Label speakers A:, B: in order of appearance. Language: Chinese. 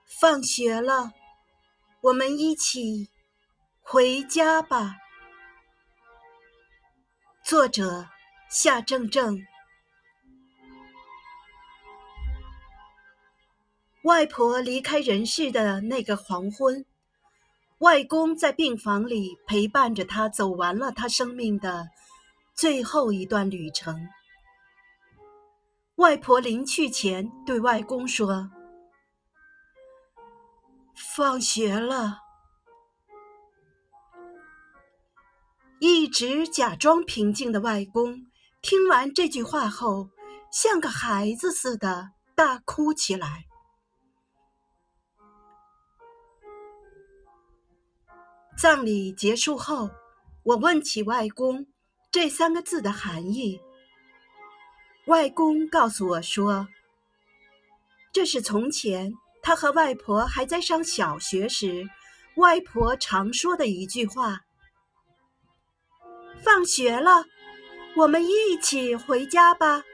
A: 放学了，我们一起回家吧。作者夏正正。外婆离开人世的那个黄昏，外公在病房里陪伴着她走完了她生命的最后一段旅程。外婆临去前对外公说：放学了。一直假装平静的外公听完这句话后，像个孩子似的大哭起来。葬礼结束后，我问起外公这3个字的含义。外公告诉我说，这是从前他和外婆还在上小学时，外婆常说的一句话：放学了，我们一起回家吧。